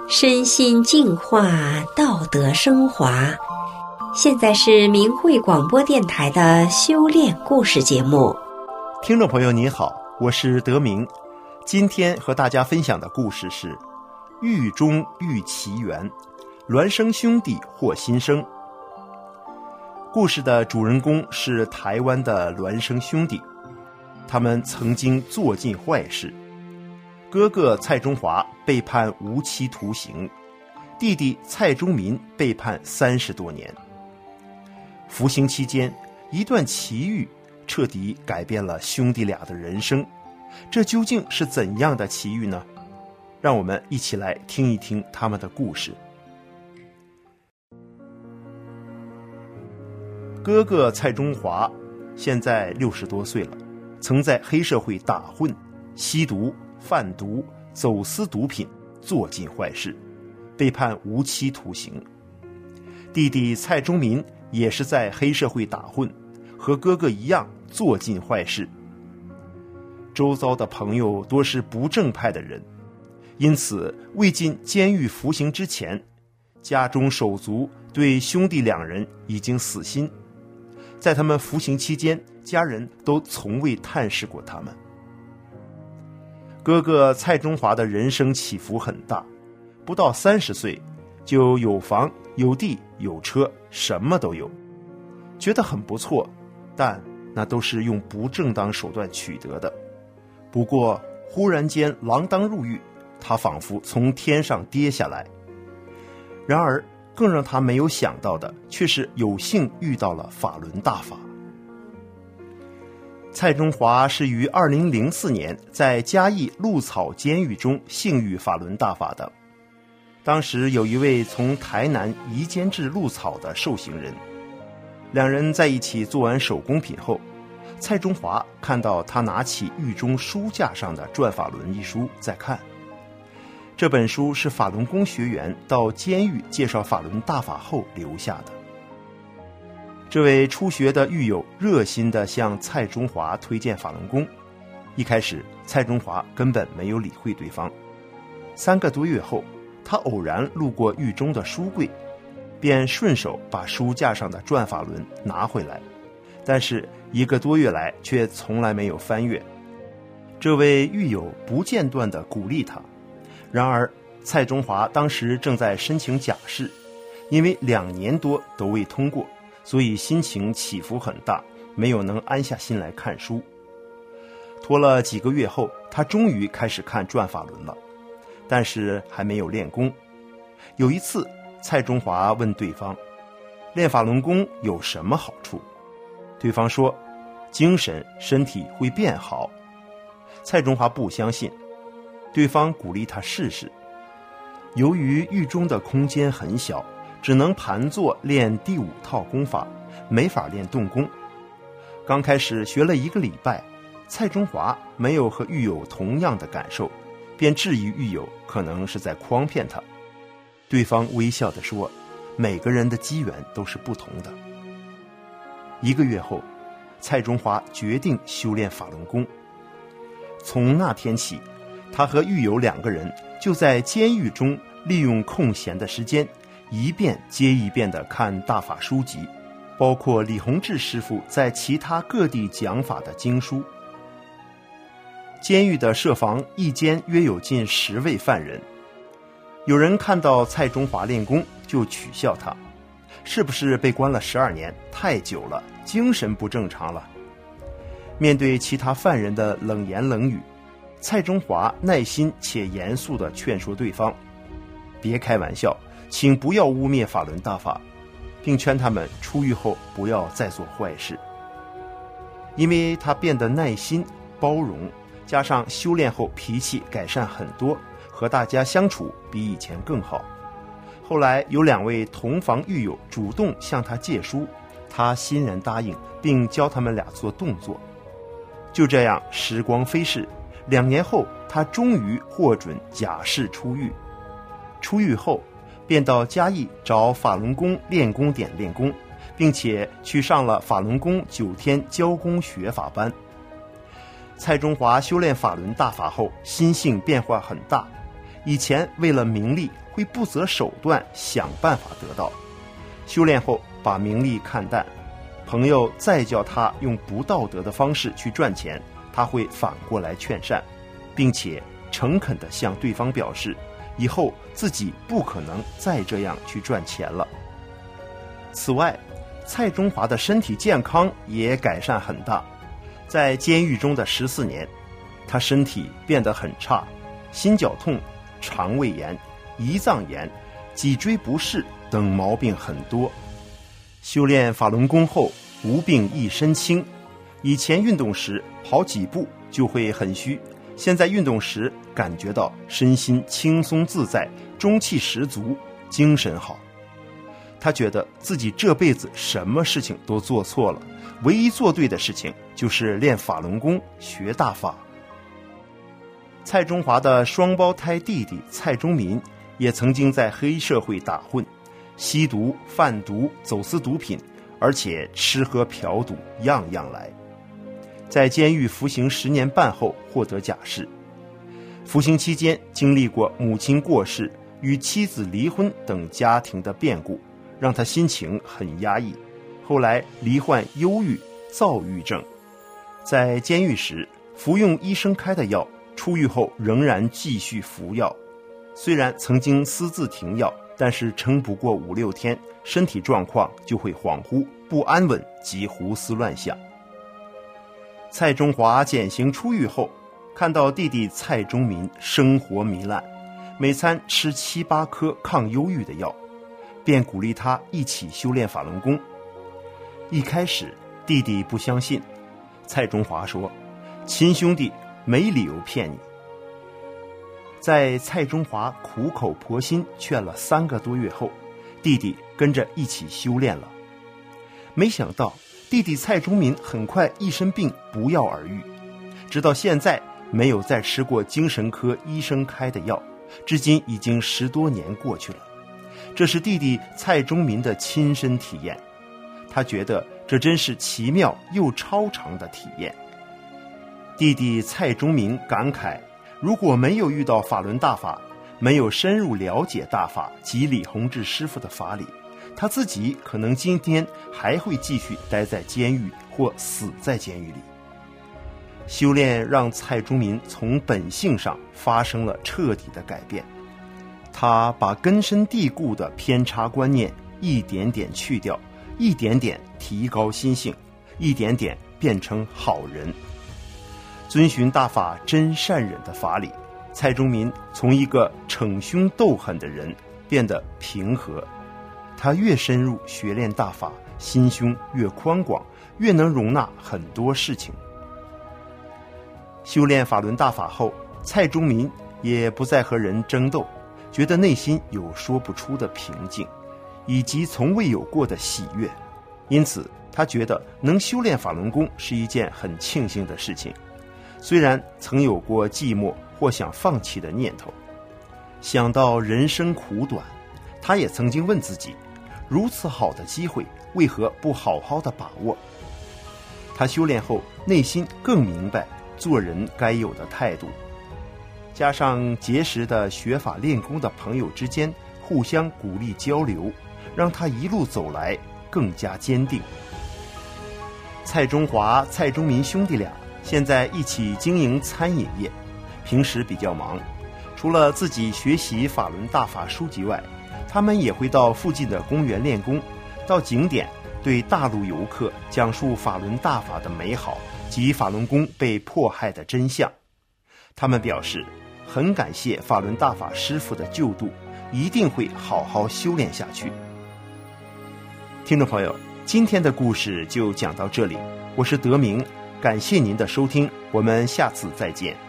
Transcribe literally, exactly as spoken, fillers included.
身心净化，道德升华。现在是明慧广播电台的修炼故事节目。 听众朋友您好，我是德明。今天和大家分享的故事是狱中遇奇缘，孪生兄弟获新生。故事的主人公是台湾的孪生兄弟，他们曾经做尽坏事。哥哥蔡中华被判无期徒刑，弟弟蔡中民被判三十多年。服刑期间，一段奇遇彻底改变了兄弟俩的人生。这究竟是怎样的奇遇呢？让我们一起来听一听他们的故事。哥哥蔡中华现在六十多岁了，曾在黑社会打混、吸毒、贩毒、走私毒品，做尽坏事，被判无期徒刑。弟弟蔡中民也是在黑社会打混，和哥哥一样做尽坏事。周遭的朋友多是不正派的人，因此未进监狱服刑之前，家中手足对兄弟两人已经死心。在他们服刑期间，家人都从未探视过他们。哥哥蔡中华的人生起伏很大，不到三十岁就有房有地有车，什么都有，觉得很不错，但那都是用不正当手段取得的。不过忽然间锒铛入狱，他仿佛从天上跌下来。然而更让他没有想到的，却是有幸遇到了法轮大法。蔡中华是于二零零四年在嘉义鹿草监狱中幸遇法轮大法的。当时有一位从台南移监至鹿草的受刑人，两人在一起做完手工品后，蔡中华看到他拿起狱中书架上的《转法轮》一书在看。这本书是法轮功学员到监狱介绍法轮大法后留下的。这位初学的狱友热心地向蔡中华推荐法轮功，一开始蔡中华根本没有理会对方。三个多月后，他偶然路过狱中的书柜，便顺手把书架上的《转法轮》拿回来，但是一个多月来却从来没有翻阅。这位狱友不间断地鼓励他，然而蔡中华当时正在申请假释，因为两年多都未通过，所以心情起伏很大，没有能安下心来看书。拖了几个月后，他终于开始看《转法轮》了，但是还没有练功。有一次，蔡中华问对方，练法轮功有什么好处？对方说，精神身体会变好。蔡中华不相信，对方鼓励他试试。由于狱中的空间很小，只能盘坐练第五套功法，没法练动功。刚开始学了一个礼拜，蔡中华没有和狱友同样的感受，便质疑狱友可能是在诓骗他。对方微笑地说，每个人的机缘都是不同的。一个月后，蔡中华决定修炼法轮功。从那天起，他和狱友两个人就在监狱中利用空闲的时间，一遍接一遍地看大法书籍，包括李洪志师父在其他各地讲法的经书。监狱的舍房一间约有近十位犯人，有人看到蔡中华练功就取笑他，是不是被关了十二年，太久了，精神不正常了。面对其他犯人的冷言冷语，蔡中华耐心且严肃地劝说对方，别开玩笑，请不要污蔑法轮大法，并劝他们出狱后不要再做坏事。因为他变得耐心包容，加上修炼后脾气改善很多，和大家相处比以前更好。后来有两位同房狱友主动向他借书，他欣然答应，并教他们俩做动作。就这样时光飞逝，两年后他终于获准假释出狱。出狱后便到嘉义找法轮功练功点练功，并且去上了法轮功九天教功学法班。蔡中华修炼法轮大法后，心性变化很大，以前为了名利会会不择手段想办法得到。修炼后把名利看淡，朋友再叫他用不道德的方式去赚钱，他会反过来劝善，并且诚恳地向对方表示以后自己不可能再这样去赚钱了。此外，蔡中华的身体健康也改善很大。在监狱中的十四年，他身体变得很差，心绞痛、肠胃炎、胰脏炎、脊椎不适等毛病很多。修炼法轮功后，无病一身轻。以前运动时跑几步就会很虚，现在运动时感觉到身心轻松自在，中气十足，精神好。他觉得自己这辈子什么事情都做错了，唯一做对的事情就是练法轮功，学大法。蔡中华的双胞胎弟弟蔡中民也曾经在黑社会打混，吸毒、贩毒、走私毒品，而且吃喝嫖赌样样来。在监狱服刑十年半后获得假释。服刑期间经历过母亲过世、与妻子离婚等家庭的变故，让他心情很压抑，后来罹患忧郁、躁郁症。在监狱时服用医生开的药，出狱后仍然继续服药。虽然曾经私自停药，但是撑不过五六天，身体状况就会恍惚、不安稳及胡思乱想。蔡中华减刑出狱后，看到弟弟蔡中民生活糜烂，每餐吃七八颗抗忧郁的药，便鼓励他一起修炼法轮功。一开始弟弟不相信，蔡中华说：“亲兄弟没理由骗你。”在蔡中华苦口婆心劝了三个多月后，弟弟跟着一起修炼了。没想到弟弟蔡中民很快一身病不药而愈，直到现在没有再吃过精神科医生开的药，至今已经十多年过去了。这是弟弟蔡中民的亲身体验，他觉得这真是奇妙又超常的体验。弟弟蔡中民感慨，如果没有遇到法轮大法，没有深入了解大法及李洪志师傅的法理，他自己可能今天还会继续待在监狱或死在监狱里。修炼让蔡中民从本性上发生了彻底的改变，他把根深蒂固的偏差观念一点点去掉，一点点提高心性，一点点变成好人。遵循大法真善忍的法理，蔡中民从一个逞凶斗狠的人变得平和。他越深入学练大法，心胸越宽广，越能容纳很多事情。修炼法轮大法后，蔡中民也不再和人争斗，觉得内心有说不出的平静，以及从未有过的喜悦。因此他觉得能修炼法轮功是一件很庆幸的事情。虽然曾有过寂寞或想放弃的念头，想到人生苦短，他也曾经问自己，如此好的机会为何不好好的把握。他修炼后内心更明白做人该有的态度，加上结识的学法练功的朋友之间互相鼓励交流，让他一路走来更加坚定。蔡中华、蔡中民兄弟俩现在一起经营餐饮业，平时比较忙，除了自己学习法轮大法书籍外，他们也会到附近的公园练功，到景点对大陆游客讲述法轮大法的美好及法轮功被迫害的真相。他们表示很感谢法轮大法师父的救度，一定会好好修炼下去。听众朋友，今天的故事就讲到这里，我是德明，感谢您的收听，我们下次再见。